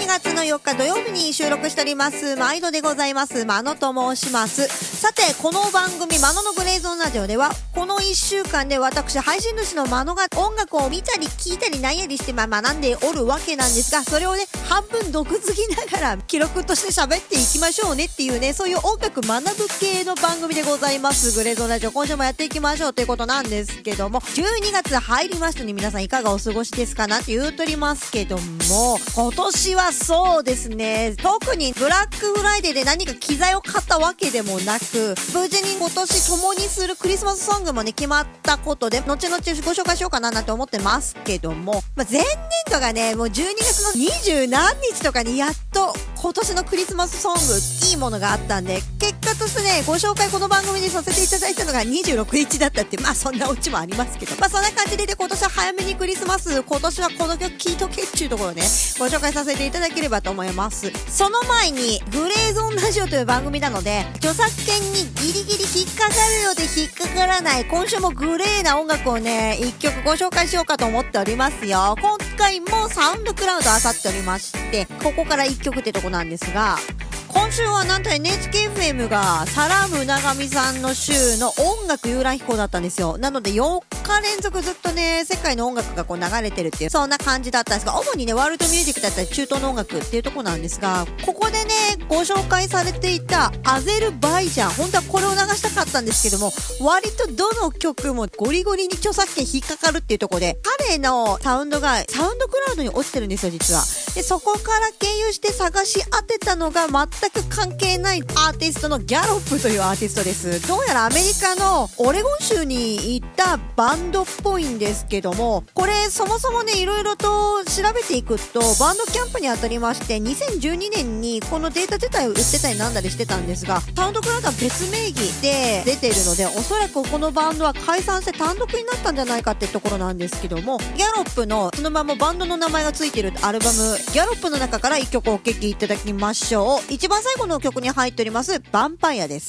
月の4日土曜日に収録しております毎度でございます。まのと申します。さてこの番組まののグレーゾーンラジオではこの1週間で私配信主のまのが音楽を見たり聞いたりなんやりして学んでおるわけなんですが、それをね半分毒づきながら記録として喋っていきましょうねっていうね、そういう音楽学ぶ系の番組でございます。グレーゾーンラジオ今週もやっていきましょうということなんですけども、12月入りましたね。皆さんいかがお過ごしですかなって言うとりますけども、今年はそうですね、特にブラックフライデーで何か機材を買ったわけでもなく、無事に今年共にするクリスマスソングもね決まったことで後々ご紹介しようかななんて思ってますけども、前年度がねもう12月の20何日とかにやっと今年のクリスマスソングいいものがあったんで、結果としてねご紹介この番組にさせていただいたのが26日だったって、そんなオチもありますけど、そんな感じで今年は早めにクリスマス、今年はこの曲聴いとけっていうところをねご紹介させていただければと思います。その前にグレーゾーンラジオという番組なので著作権にギリギリ引っかかるようで引っかからない、今週もグレーな音楽をね1曲ご紹介しようかと思っておりますよ。今回もサウンドクラウドあさっておりまして、ここから1曲ってとこなんですが、今週はなんと NHKFM がサラム長見さんの週の音楽遊覧飛行だったんですよ。なので4日連続ずっとね世界の音楽がこう流れてるっていうそんな感じだったんですが、主にねワールドミュージックだったり中東の音楽っていうとこなんですが、ここでねご紹介されていたアゼルバイジャン、本当はこれを流したかったんですけども、割とどの曲もゴリゴリに著作権引っかかるっていうところで、彼のサウンドがサウンドクラウドに落ちてるんですよ実は。でそこから経由して探し当てたのが全く関係ないアーティストのギャロップというアーティストです。どうやらアメリカのオレゴン州に行ったバンドっぽいんですけども、これそもそもねいろいろと調べていくとバンドキャンプにあたりまして2012年にこのデータ自体を売ってたりなんだりしてたんですが、サウンドクラウドは別名義で出ているので、おそらくこのバンドは解散して単独になったんじゃないかってところなんですけども、ギャロップのそのままバンドの名前がついているアルバムギャロップの中から1曲お聴きいただきましょう。一番最後の曲に入っておりますヴァンパイアです。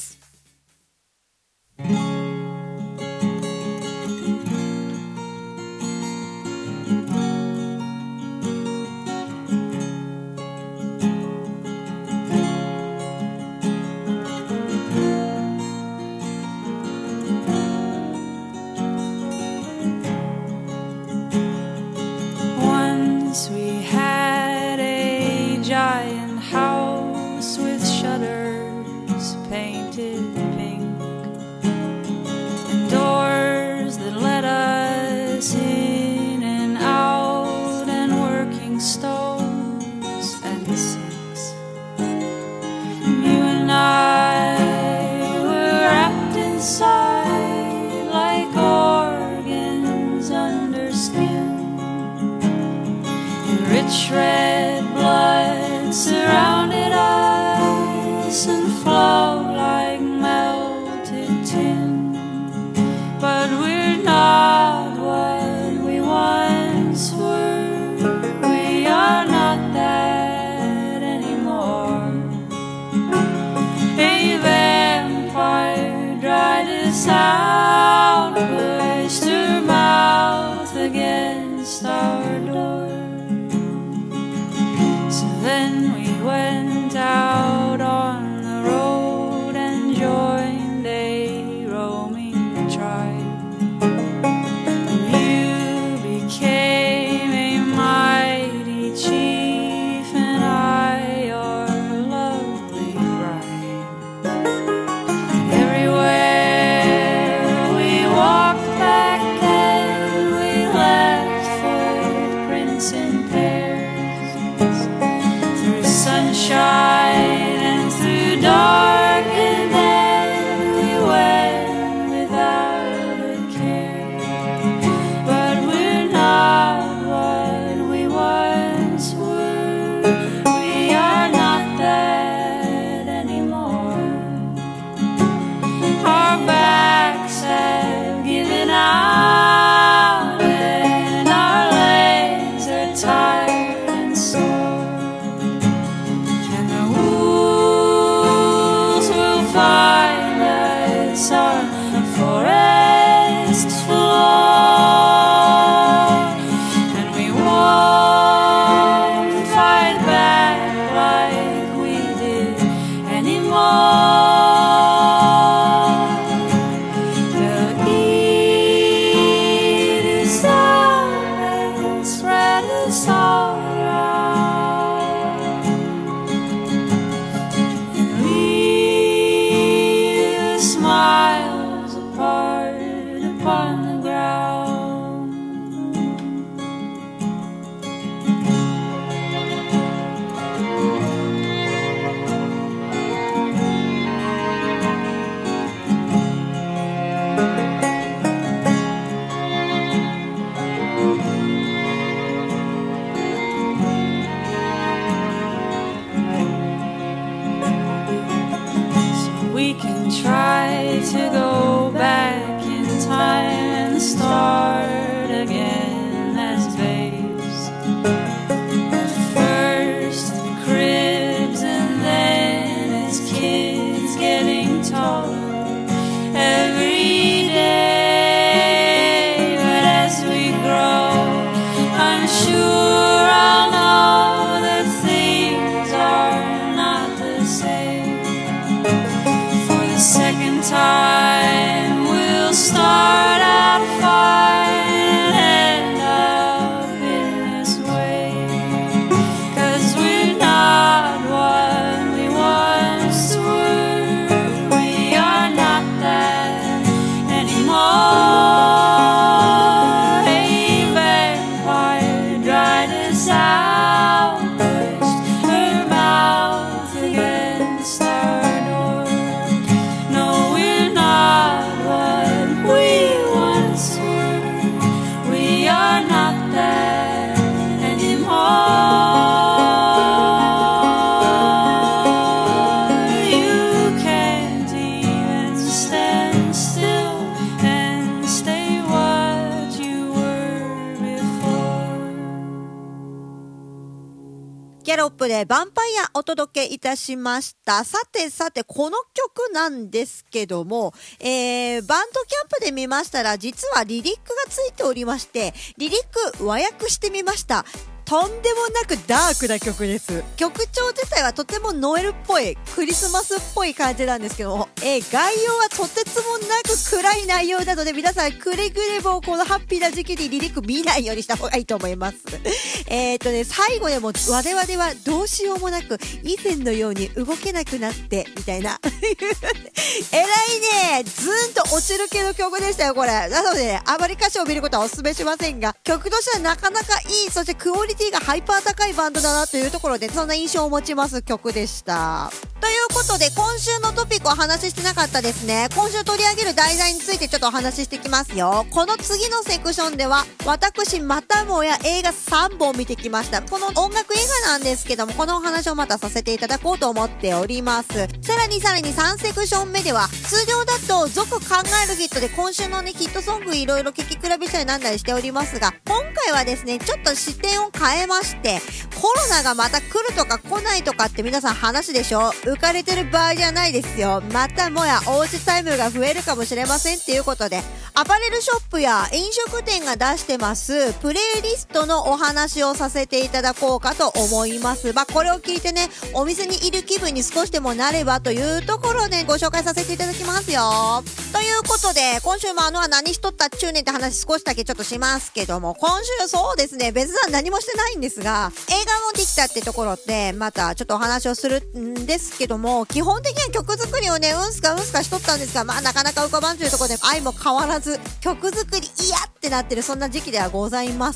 Once we had a giant house with shutters painted pink and doors that let us in and out, and working stoves and sinks. And you and I were wrapped inside like organs under skin. Rich red blood surrounded us and flowed like melted tin. But we're not what we once were. We are not that anymore. A vampire dried us out, pushed her mouth against our door. Then we went out on the road and joined a roaming tribe. You became a mighty chief and I your lovely bride. Everywhere we walked back then we left footprints in pairs. Sunshine and through dark, and then we went without a care. But we're not what we once were. We are not that anymore. Our backs have given out and our legs are tired and sore. Find us on the forest floor, and we won't fight back time we'll start out fine and end up in this way. 'Cause we're not what we once were. We are not that anymore. A vampire dried us out, pushed her mouth against our door. No, we're not what we once were. We are not that anymore. You can't even stand still and stay what you were before. ギャロップでヴァンパイアお届けいたしました。さてさて、この曲なんですけども、バンドキャンプで見ましたら、実はリリックがついておりまして、リリック和訳してみました。とんでもなくダークな曲です。曲調自体はとてもノエルっぽい、クリスマスっぽい感じなんですけども、概要はとてつもなく暗い内容なので、皆さんくれぐれもこのハッピーな時期にリリック見ないようにした方がいいと思います。最後でも我々はどうしようもなく以前のように動けなくなってみたいなえらいね、ズーンと落ちる系の曲でしたよこれ。なので、あまり歌詞を見ることはお勧めしませんが、曲としてはなかなかいい、そしてクオリティがハイパー高いバンドだなというところで、そんな印象を持ちます曲でした。ということで、今週のトピックをお話ししてなかったですね。今週取り上げる題材についてちょっとお話ししてきますよ。この次のセクションでは、私またもや映画3本見てきました。この音楽映画なんですけども、このお話をまたさせていただこうと思っております。さらに3セクション目では、通常だと続考えるヒットで今週のね、ヒットソングいろいろ聴き比べしたりなんだりしておりますが、今回はですね、ちょっと視点を変えまして、コロナがまた来るとか来ないとかって皆さん話でしょ？浮かれてる場合じゃないですよ。またもやおうちタイムが増えるかもしれませんっていうことで、アパレルショップや飲食店が出してますプレイリストのお話をさせていただこうかと思います。これを聞いてね、お店にいる気分に少しでもなればというところでご紹介させていただきますよ。ということで、今週もは何しとったっちゅうねんって話少しだけちょっとしますけども、今週そうですね、別段何もしてないんですが、映画もできたってところで、またちょっとお話をするんですけども、基本的には曲作りをね、うんすかしとったんですが、なかなか浮かばんというところで、愛も変わらず、曲作り嫌ってなってる、そんな時期ではございます。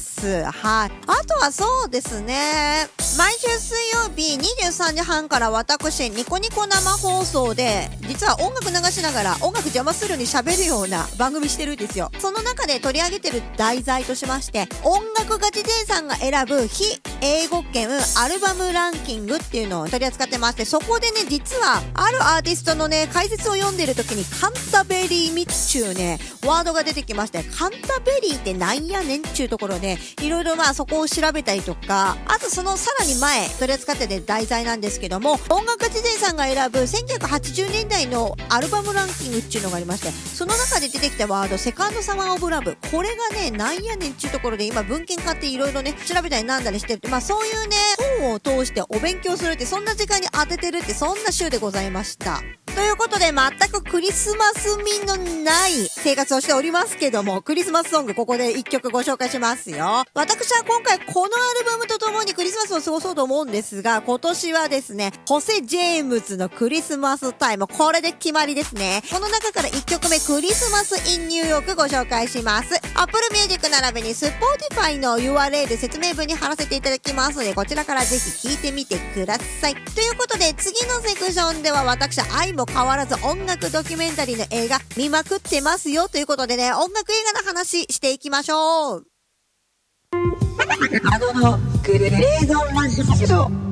はい。あとはそうですね、毎週水曜日23時半から私、ニコニコ生放送で、実は音楽流しながら、音楽邪魔するように喋るような番組してるんですよ。その中で取り上げてる題材としまして、音楽ガチ勢さんが選ぶ非英語圏アルバムランキングっていうのを取り扱ってまして、そこでね、実はあるアーティストのね、解説を読んでる時にカンタベリーミッチューね、ワードが出てきまして、カンタベリーってなんやねんっていうところで、いろいろそこを調べたりとか、あとそのさらに前取り扱ってて題材なんですけども、音楽ガチ勢さんが選ぶ1980年代のアルバムランキングっていうのがありまして、その中で出てきたワード、セカンドサマーオブラブ、これがね、なんやねんっていうところで、今文献買っていろいろね、調べたりなんだりしてるって、そういうね、本を通してお勉強するって、そんな時間に当ててるって、そんな週でございました。ということで、全くクリスマス味のない生活をしておりますけども、クリスマスソングここで一曲ご紹介しますよ。私は今回このアルバムとともにクリスマスを過ごそうと思うんですが、今年はですね、ホセ・ジェームズのクリスマスタイム、これで決まりですね。この中から1曲目、クリスマス・イン・ニューヨークご紹介します。Apple Music 並びに Spotify の URL 説明文に貼らせていただきますので、こちらからぜひ聴いてみてください。ということで、次のセクションでは私、愛も変わらず音楽ドキュメンタリーの映画見まくってますよということでね、音楽映画の話していきましょう。 のグレーゾンラジオ。